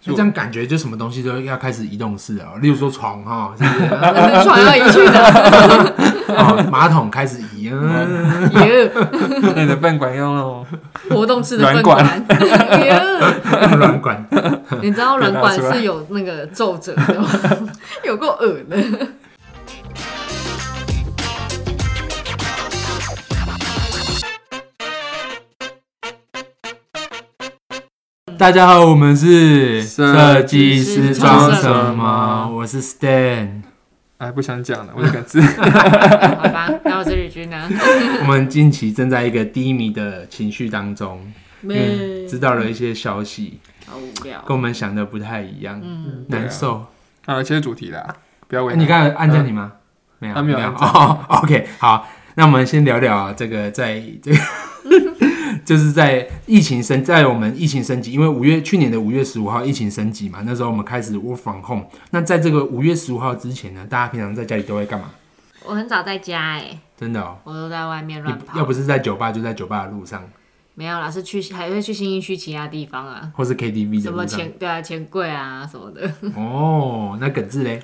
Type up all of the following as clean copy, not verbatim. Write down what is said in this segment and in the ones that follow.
就这样感觉就什么东西都要开始移动式了，例如说床哈，是不是？ 床要移去的， 马桶开始移， 你的粪管用那种活动式的粪管， 软管。 你知道软管是有那个皱褶的吗？有够恶的。 大家好，我们是设计师装什么？我是 Stan。 哎，不想讲了，我就敢字。 好吧，那我是吕君呢。 我们近期正在一个低迷的情绪当中，知道了一些消息， 好无聊， 跟我们想的不太一样，难受。 切入主题啦，不要为难。 你刚才按暂停吗？没有， 没有。 OK， 好，那我们先聊聊这个，在这个。就是在我们疫情升级，因为去年的5月15号疫情升级嘛，那时候我们开始 work from home。那在这个5月15号之前呢，大家平常在家里都会干嘛？ 我很少在家真的哦， 我都在外面乱跑。 要不是在酒吧，就在酒吧的路上。 没有啦，还会去信义区其他地方啊， 或是 KTV 的路上。 什么钱柜啊什么的。 哦，那耿志嘞？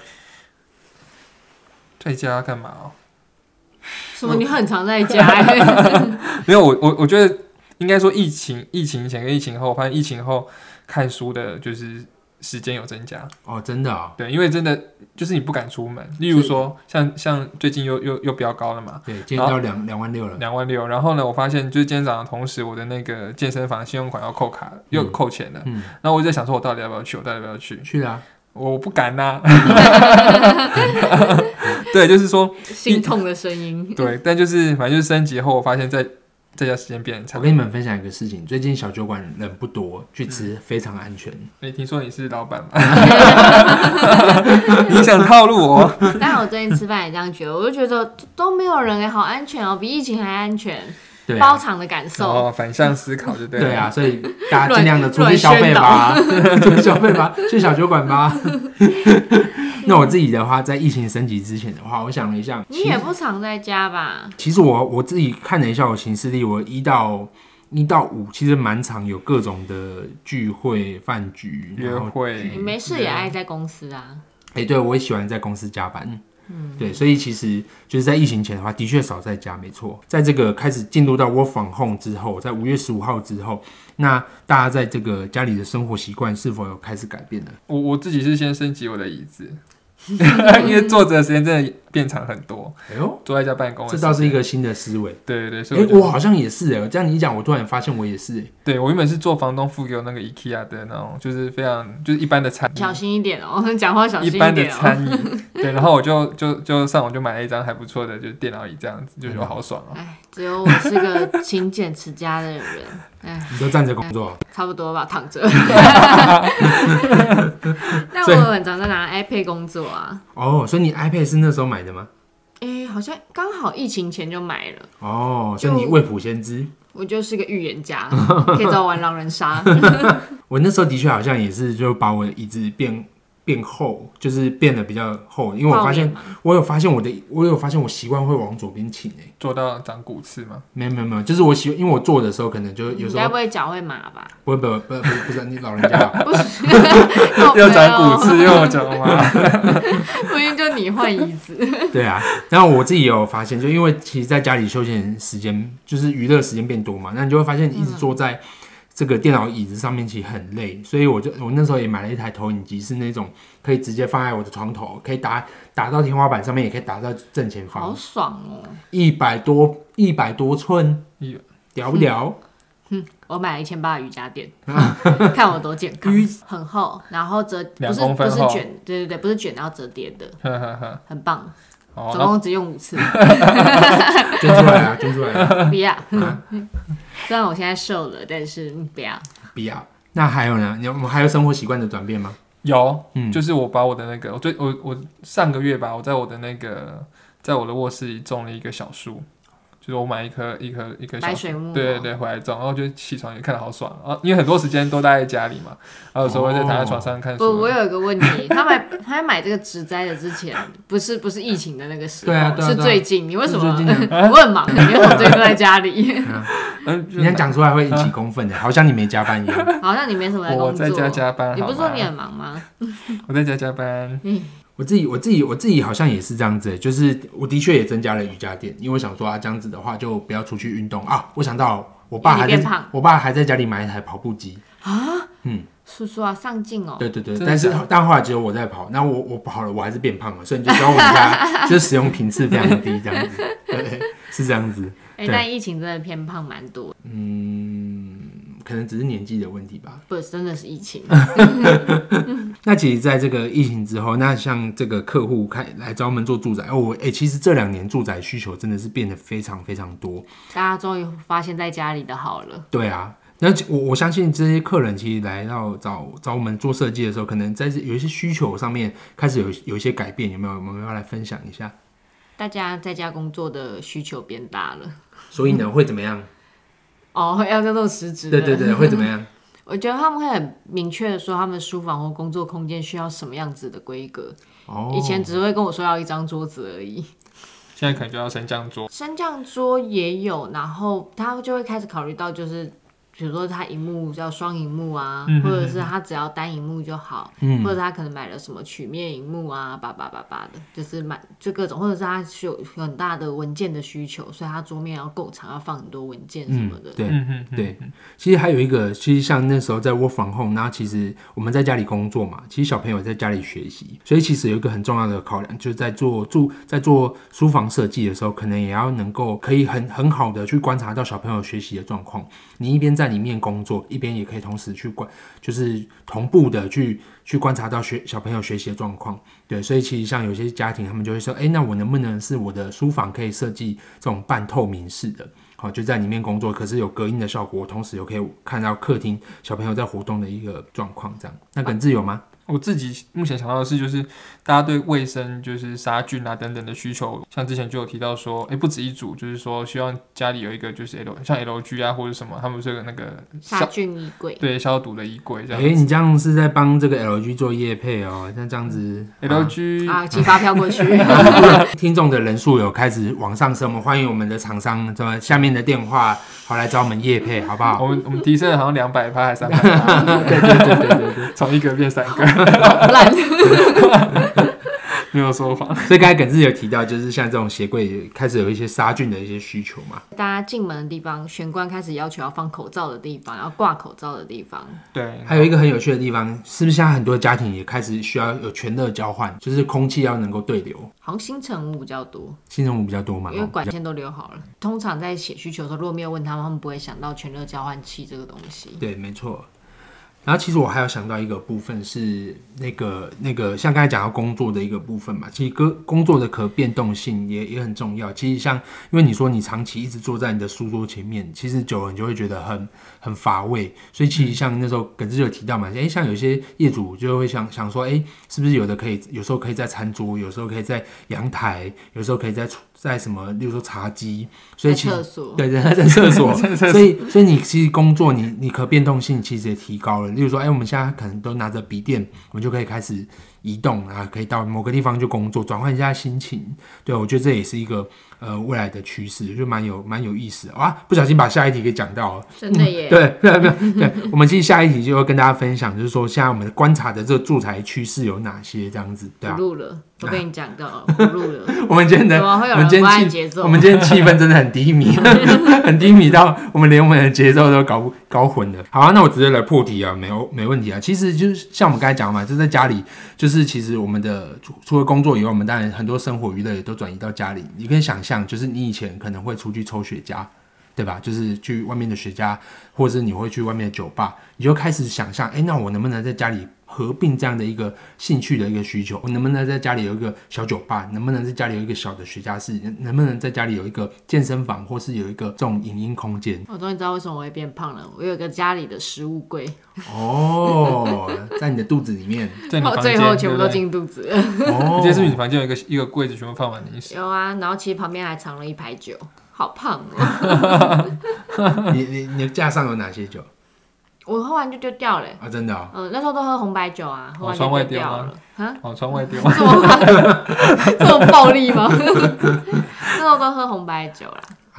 在家干嘛哦？ 什么？你很常在家？ 没有，我觉得。应该说疫情前跟疫情后，我发现疫情后看书的就是时间有增加哦，真的啊、哦， 对，因为真的就是你不敢出门，例如说像最近又飙高了嘛， 对，今天到2万6了 ，26000，然后呢，我发现就是今天早上同时我的那个健身房信用卡要扣卡，又扣钱了，然后我就在想说，我到底要不要去？ 去啊， 我不敢呐、对，就是说心痛的声音， 对，但就是反正就是升级后，我发现在家时间变长。 我跟你们分享一个事情，最近小酒馆人不多，去吃非常安全。 听说你是老板吗？你想套路我？ 但我最近吃饭也这样觉得，我就觉得都没有人好安全哦，比疫情还安全。对啊、包场的感受， 反向思考就对了。 对啊，所以大家尽量的出去消费吧，出去消费吧，去小酒馆吧。那我自己的话，在疫情升级之前的话，我想了一下， 你也不常在家吧？ 其实我自己看了一下我行事历，我1到5其实蛮常有各种的聚会、饭局、 约会。 你没事也爱在公司啊？ 对，我也喜欢在公司加班。对，所以其实就是在疫情前的话，的确少在家，没错。在这个开始进入到 work from home 之后，在5月15号之后，那大家在这个家里的生活习惯是否有开始改变呢？ 我自己是先升级我的椅子，因为坐着的时间真的变长很多。坐在家办公， 这倒是一个新的思维。 对，所以我好像也是这样你一讲，我突然发现我也是对，我原本是做房东付给我那个 IKEA 的那种，就是非常就是一般的餐椅， 小心一点哦，讲话小心一点一般的餐椅。对，然后我就上网就买了一张还不错的，就是电脑椅这样子，就觉得好爽哦。 只有我是个勤俭持家的人。 你都站着工作？ 差不多吧，躺着。但我很常在拿 iPad 工作啊。 哦，所以你 iPad 是那时候买的吗？ 好像刚好疫情前就买了。 哦，所以你未卜先知。 我就是个预言家，可以找我玩狼人杀。 我那时候的确好像也是，就把我的椅子变厚，就是变得比较厚，因为我有发现我习惯会往左边倾做到长骨刺吗？ 没有，就是因为我坐的时候可能就有时候。 你该不会脚会麻吧？ 不是你老人家不是， 又长骨刺又脚麻， 不定就你换椅子。 对啊，然后我自己也有发现，就因为其实在家里休闲时间就是娱乐时间变多嘛，那你就会发现你一直坐在这个电脑椅子上面其实很累，所以我那时候也买了一台投影机，是那种可以直接放在我的床头，可以打到天花板上面，也可以打到正前方， 好爽哦 ！100多寸，屌不屌？ 我买了1800的瑜伽垫，看我多健康，很厚，然后不是卷，对，不是卷，然后折叠的，很棒。总共只用5次， 捐出来啊！ 不要。虽然我现在瘦了，但是不要。 那还有呢？我们还有生活习惯的转变吗？ 有，就是我把我的那个，我上个月吧，我在我的那个，在我的卧室里种了一个小树。就是我买一棵白水木， 对，回来种，然后就起床也看得好爽啊，因为很多时间都待在家里嘛，然后有时候会在躺在床上看书。 我有一个问题，他买这个植栽的之前，不是疫情的那个时候， 对啊， 是最近。你为什么？我很忙，你为什么最近都在家里？ 你想讲出来会引起公愤的，好像你没加班一样。 好像你没什么在工作。 我在家加班。 你不是说你很忙吗？ 我在家加班。 我自己好像也是这样子，就是我的确也增加了瑜伽垫，因为我想说这样子的话就不要出去运动啊。我想到我爸还在家里买一台跑步机啊。叔叔啊，上进哦。 对，但后来只有我在跑，那我跑了，我还是变胖了，所以你就知道我们家就是使用频次非常低，这样子，对，是这样子。 但疫情真的偏胖蛮多。 可能只是年纪的问题吧。 不，真的是疫情。 那其实在这个疫情之后，那像这个客户来找我们做住宅其实这2年住宅需求真的是变得非常非常多， 大家终于发现在家里的好了。 对啊，那我相信这些客人其实来到找我们做设计的时候，可能在有一些需求上面开始有一些改变，有没有？我们要来分享一下。 大家在家工作的需求变大了， 所以呢会怎么样？ 要这种实质的。 对，会怎么样？ 我觉得他们会很明确的说，他们书房或工作空间需要什么样子的规格。以前只会跟我说要一张桌子而已， 现在可能就要升降桌。 升降桌也有，然后他就会开始考虑到，就是比如说他萤幕要双萤幕啊，或者是他只要单萤幕就好，或者他可能买了什么曲面萤幕啊，叭的，就是就各种，或者是他有很大的文件的需求，所以他桌面要够长，要放很多文件什么的。 对，其实还有一个，其实像那时候在 work from home， 然后其实我们在家里工作嘛，其实小朋友在家里学习，所以其实有一个很重要的考量，就是在做书房设计的时候，可能也要能够可以很好的去观察到小朋友学习的状况。你一边在里面工作，一边也可以同时去就是同步的去观察到小朋友学习的状况。对，所以其实像有些家庭，他们就会说，那我能不能是我的书房可以设计这种半透明式的，就在里面工作，可是有隔音的效果，同时又可以看到客厅小朋友在活动的一个状况，这样。那耿志有吗？ 我自己目前想到的是，就是大家对卫生，就是杀菌啊等等的需求，像之前就有提到说，不止一组，就是说希望家里有一个就是像 LG 啊或者什么，他们是有那个杀菌衣柜， 对，消毒的衣柜这样子。 你这样是在帮这个 LG 做业配哦，像这样子 LG 寄发票过去。 听众的人数有开始往上升，我们欢迎我们的厂商下面的电话好来找我们业配，好不好？ 我们提升了好像200%还是300%，对，从1个变3个。 烂， 没有说谎。 所以刚才耿志有提到，就是像这种鞋柜开始有一些杀菌的一些需求嘛。 大家进门的地方，玄关开始要求要放口罩的地方，要挂口罩的地方。 对， 还有一个很有趣的地方，是不是现在很多家庭也开始需要有全热交换，就是空气要能够对流？ 好像新成屋比较多， 新成屋比较多嘛， 因为管线都留好了。通常在写需求的时候，如果没有问他们，他们不会想到全热交换器这个东西。 对，没错。然后其实我还有想到一个部分是那个像刚才讲到工作的一个部分嘛，其实工作的可变动性也很重要。其实像因为你说你长期一直坐在你的书桌前面，其实久了你就会觉得很乏味。所以其实像那时候耿志有提到嘛，像有些业主就会想说，是不是有时候可以在餐桌，有时候可以在阳台，有时候可以在什么，例如说茶几，所以其实在厕所， 对，在厕所，所以你其实工作你可变动性其实也提高了。例如说，我们现在可能都拿着笔电，我们就可以开始移动啊，可以到某个地方就工作，转换一下心情。对，我觉得这也是一个未来的趋势，就蛮有意思的啊！不小心把下一题给讲到了， 真的耶！ 对，我们其实下一题就会跟大家分享，就是说现在我们观察的这个住宅趋势有哪些，这样子，对啊。 不录了，我跟你讲到不录了。 我们今天怎么会有人不按节奏？ 我们今天气氛真的很低迷，很低迷到我们连我们的节奏都搞混了。好啊，那我直接来破题啊，没问题啊。其实就是像我们刚才讲嘛，就在家里，就是其实我们的除了工作以外，我们当然很多生活娱乐也都转移到家里。你可以想象，就是你以前可能会出去抽雪茄，对吧？就是去外面的雪茄，或者是你会去外面的酒吧，你就开始想象，那我能不能在家里合并这样的一个兴趣的一个需求？我能不能在家里有一个小酒吧？能不能在家里有一个小的雪茄室？能不能在家里有一个健身房，或是有一个这种影音空间？ 我终于知道为什么我会变胖了。我有一个家里的食物柜。 在你的肚子里面， 在你房间最后全部都进肚子了。 我记得是你房间有一个柜子，全部放满零食。 有啊，然后其实旁边还藏了一排酒，好胖哦。 你的架上有哪些酒？ 我喝完就丢掉了啊，真的那时候都喝红白酒啊，喝完就丢掉了。 窗外丢。 这么暴力吗？那时候都喝红白酒啦。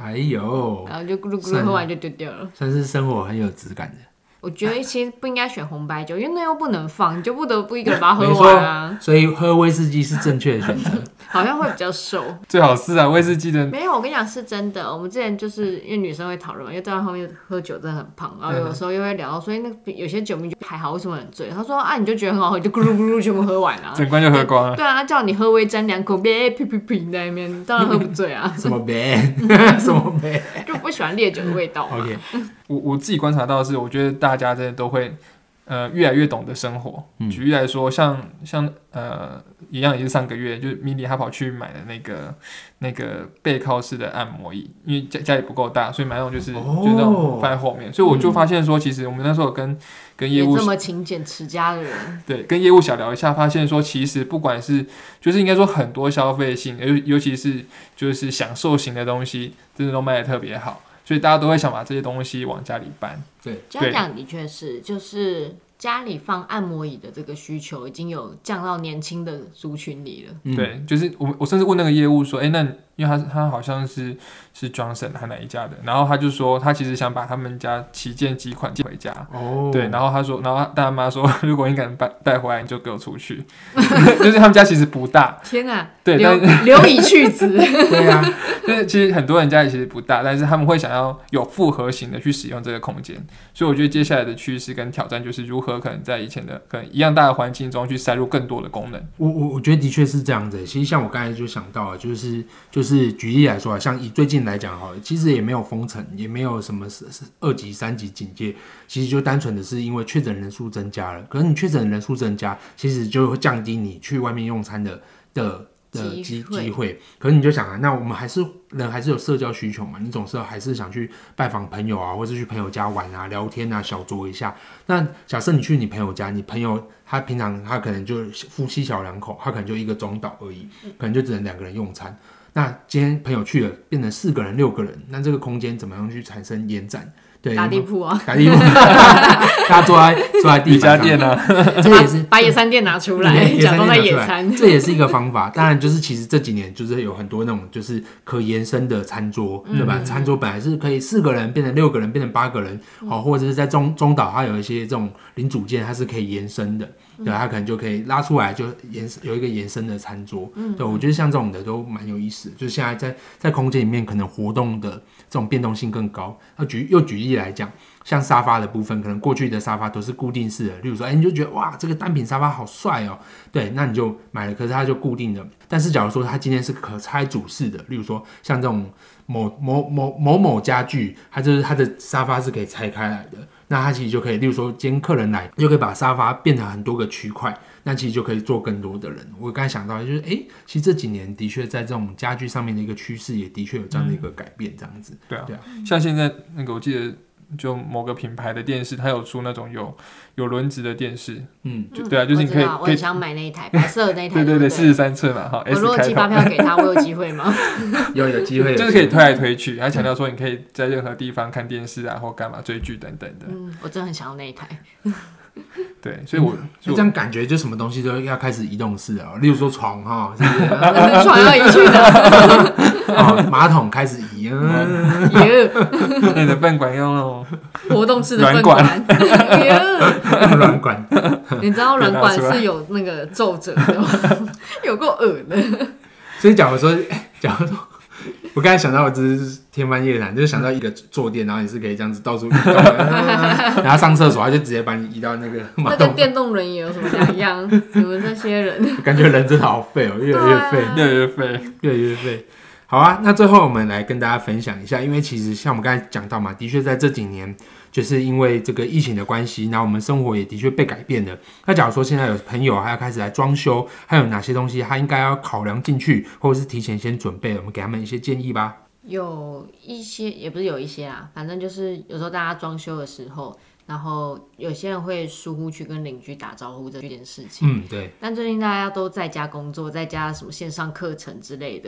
哎呦， 然后就咕噜咕噜喝完就丢掉了。 算是生活很有质感的。 我觉得其实不应该选红白酒，因为那又不能放，你就不得不一个人把它喝完啊。 所以喝威士忌是正确的选择。 好像会比较瘦。 最好是啊，威士忌的没有，我跟你讲是真的。我们之前就是因为女生会讨论嘛，因为在后面喝酒真的很胖，然后有时候又会聊到，所以那有些酒迷就还好，为什么很醉？他说啊，你就觉得很好喝，你就咕噜咕噜全部喝完了， 整罐就喝光了。 对啊，叫你喝微沾2口，别呸呸呸在那边，当然喝不醉啊。 什么别什么别， 就不喜欢烈酒的味道嘛。 OK， 我自己观察到的是，我觉得大家真的都会越来越懂得生活。举例来说，像一样也是上个月，就是米莉她跑去买了那个背靠式的按摩椅，因为家里不够大，所以买那种就是这种放在后面。所以我就发现说，其实我们那时候跟业务也这么勤俭持家的人， 对，跟业务小聊一下，发现说其实不管是就是应该说很多消费性，尤其是就是享受型的东西，真的都卖得特别好。所以大家都会想把这些东西往家里搬。 对， 这样讲的确是，就是家里放按摩椅的这个需求已经有降到年轻的族群里了。 对，就是我甚至问那个业务说，那因为他好像是 Johnson 还哪一家的，然后他就说他其实想把他们家旗舰几款寄回家。对，然后他说，然后他妈说，如果你敢带回来，你就给我出去。就是他们家其实不大。 天啊！ 对， 留以去子。 对啊， 就是其实很多人家里其实不大，但是他们会想要有复合型的去使用这个空间。所以我觉得接下来的趋势跟挑战就是如何可能在以前的可能一样大的环境中去塞入更多的功能。 我觉得的确是这样子。其实像我刚才就想到了，就是举例来说，像以最近来讲好了，其实也没有封城，也没有什么2级、3级警戒，其实就单纯的是因为确诊人数增加了。可是你确诊人数增加，其实就会降低你去外面用餐的机会。可是你就想啊，那我们人还是有社交需求嘛，你总是还是想去拜访朋友啊，或是去朋友家玩啊、聊天啊、小酌一下。那假设你去你朋友家，你朋友他平常他可能就夫妻小2口，他可能就1个中岛而已，可能就只能2个人用餐。那今天朋友去了，变成4个人、6个人，那这个空间怎么样去产生延展？对， 打地铺啊， 打地铺，大家坐在地板上， 店啊， 这也是把野餐垫拿出来，假装在野餐， 这也是一个方法。当然，就是其实这几年就是有很多那种就是可延伸的餐桌，对吧？餐桌本来是可以4个人变成6个人，变成8个人，或者是在中岛它有一些这种零组件，它是可以延伸的。对，它可能就可以拉出来，就有一个延伸的餐桌。对，我觉得像这种的都蛮有意思的。就是现在在空间里面，可能活动的这种变动性更高。又举例来讲，像沙发的部分，可能过去的沙发都是固定式的，例如说，你就觉得哇，这个单品沙发好帅哦，对，那你就买了，可是它就固定的。但是假如说它今天是可拆组式的，例如说像这种某家具，它的沙发是可以拆开来的。那它其实就可以，例如说今天客人来，就可以把沙发变成很多个区块，那其实就可以坐更多的人。我刚才想到就是，其实这几年的确在这种家具上面的一个趋势，也的确有这样的一个改变，这样子。 对啊，像现在那个我记得。就某个品牌的电视，它有出那种有轮子的电视，对啊，就是你可以， 我很想买那一台白色的那一台， 对，43寸嘛，哈。 我如果寄发票给他，我有机会吗？ 有机会， 就是可以推来推去。他强调说，你可以在任何地方看电视啊，或干嘛追剧等等的。 我真的很想要那一台。 对，所以就这样感觉，就什么东西都要开始移动式了。例如说床哈，是不是？ 床要移去的。 马桶开始移。 你的粪管用哦， 活动式的粪管。 软管。 你知道软管是有那个皱褶的吗？有够恶的。 所以假如说。我刚才想到，我只是天方夜谭，就是想到一个坐垫，然后你是可以这样子到处移动的，然后上厕所，他就直接把你移到那个马桶。 那跟电动轮椅有什么两样？你们这些人， 感觉人真的好废哦，越来越废， 越来越废， 越来越废。好啊，那最后我们来跟大家分享一下，因为其实像我们刚才讲到嘛，的确在这几年，就是因为这个疫情的关系，那我们生活也的确被改变了。那假如说现在有朋友还要开始来装修，还有哪些东西他应该要考量进去，或者是提前先准备，我们给他们一些建议吧。 有一些也不是有一些啦，反正就是有时候大家装修的时候，然后有些人会疏忽去跟邻居打招呼这件事情。 对。 但最近大家都在家工作，在家什么线上课程之类的，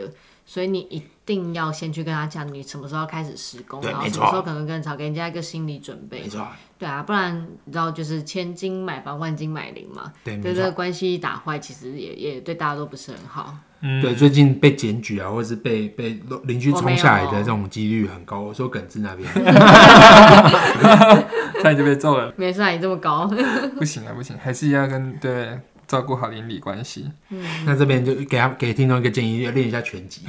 所以你一定要先去跟他讲你什么时候要开始施工， 对然后什么时候可能更早，给人家一个心理准备。 没错， 对啊，不然你知道就是千金买房，万金买邻嘛。 对， 这个关系打坏，其实也对大家都不是很好。 对，最近被检举啊，或者是被邻居冲下来的这种几率很高。我说耿直那边， 差点就被揍了。 没事啊，你这么高， 不行啊，不行，还是要对照顾好邻里关系。 那这边就给听众一个建议，练一下拳击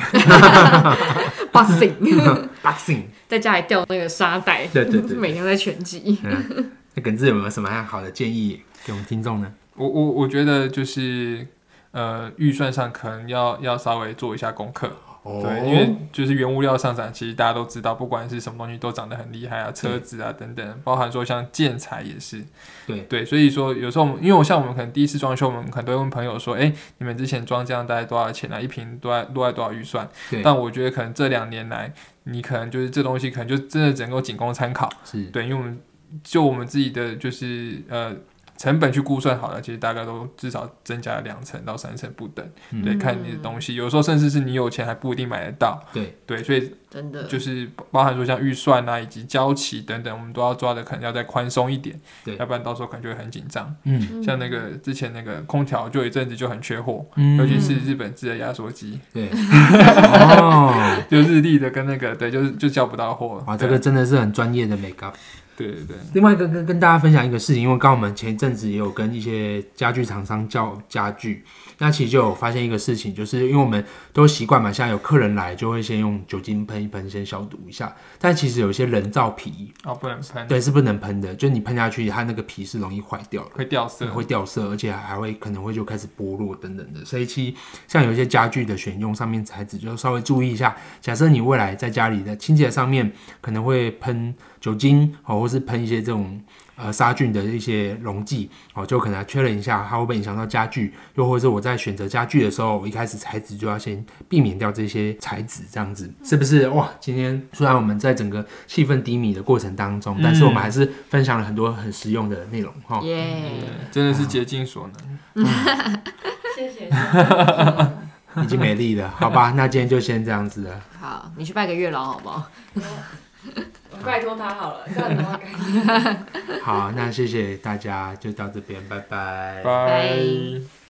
，boxing，在家里吊那个沙袋， 对， 每天在拳击。 那耿直有没有什么好的建议给我们听众呢？ 我觉得就是预算上可能要稍微做一下功课。对，因为就是原物料上涨，其实大家都知道，不管是什么东西都涨得很厉害啊，车子啊等等，包含说像建材也是。对，所以说有时候因为我们可能第一次装修，我们可能都会问朋友说，你们之前装这样大概多少钱啊？一坪落在多少预算？但我觉得可能这2年来，你可能就是这东西可能就真的只能够仅供参考。对，因为我们自己的就是成本去估算好了，其实大概都至少增加了2成到3成不等。对，看你的东西，有时候甚至是你有钱还不一定买得到。对，所以真的就是包含说像预算啊，以及交期等等，我们都要抓的可能要再宽松一点。要不然到时候可能就会很紧张。像之前那个空调就有一阵子就很缺货，尤其是日本制的压缩机。 对， 就日立的跟那个对，就叫不到货。 哇，这个真的是很专业的 make up。 对。 另外一个跟大家分享一个事情，因为刚刚我们前一阵子也有跟一些家具厂商叫家具，那其实就有发现一个事情，就是因为我们都习惯嘛，现在有客人来就会先用酒精喷一喷，先消毒一下。但其实有一些人造皮不能喷， 对，是不能喷的，就你喷下去，它那个皮是容易坏掉的， 会掉色， 而且还会可能会就开始剥落等等的。所以其实像有一些家具的选用上面材质，就稍微注意一下。假设你未来在家里的清洁上面可能会喷酒精或是喷一些这种杀菌的一些溶剂就可能要确认一下它会不会影响到家具，又或者是我在选择家具的时候，我一开始材质就要先避免掉这些材质，这样子是不是？哇，今天虽然我们在整个气氛低迷的过程当中，但是我们还是分享了很多很实用的内容真的是竭尽所能。 谢谢。 已经没力了，好吧，那今天就先这样子了。 好，你去拜个月老好不好？ 我拜托他好了，这样的话感谢。 好，那谢谢大家，就到这边，拜拜。 拜。